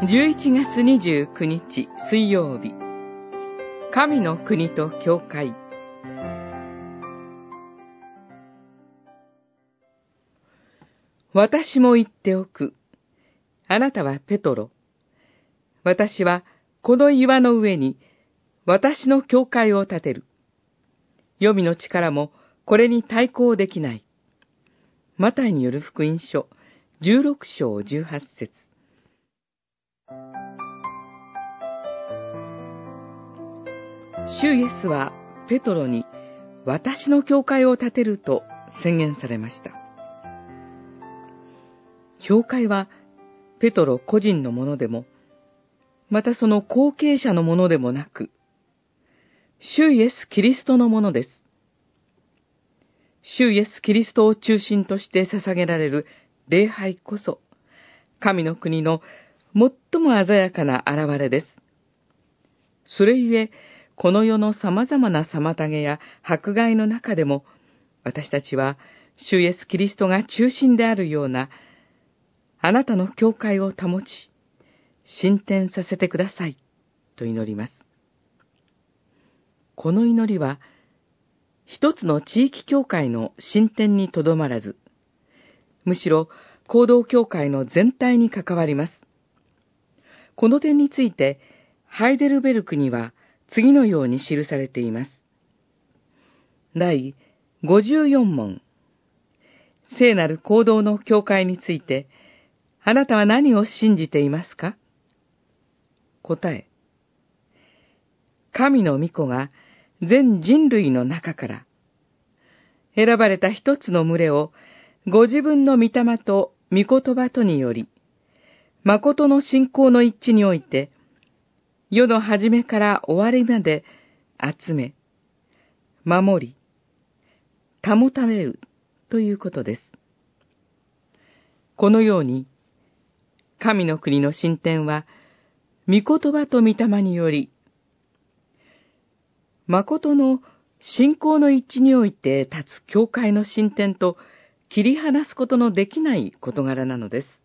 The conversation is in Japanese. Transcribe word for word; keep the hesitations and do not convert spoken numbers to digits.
じゅういちがつにじゅうくにち水曜日、神の国と教会。私も言っておく。あなたはペトロ。私はこの岩の上に私の教会を建てる。黄泉の力もこれに対抗できない。マタイによる福音書じゅうろくしょうじゅうはちせつ。主イエスはペトロに私の教会を建てると宣言されました。教会はペトロ個人のものでも、またその後継者のものでもなく、主イエス・キリストのものです。主イエス・キリストを中心として捧げられる礼拝こそ、神の国の最も鮮やかな現れです。それゆえ、この世の様々な妨げや迫害の中でも、私たちは主イエス・キリストが中心であるような、あなたの教会を保ち、進展させてください、と祈ります。この祈りは、一つの地域教会の進展にとどまらず、むしろ行動教会の全体に関わります。この点について、ハイデルベルクには次のように記されています。第ごじゅうよんもん。聖なる行動の教会について、あなたは何を信じていますか？答え。神の御子が全人類の中から、選ばれた一つの群れをご自分の御霊と御言葉とにより、誠の信仰の一致において、世の初めから終わりまで集め、守り、保たれるということです。このように、神の国の進展は、御言葉と御霊により、誠の信仰の一致において立つ教会の進展と切り離すことのできない事柄なのです。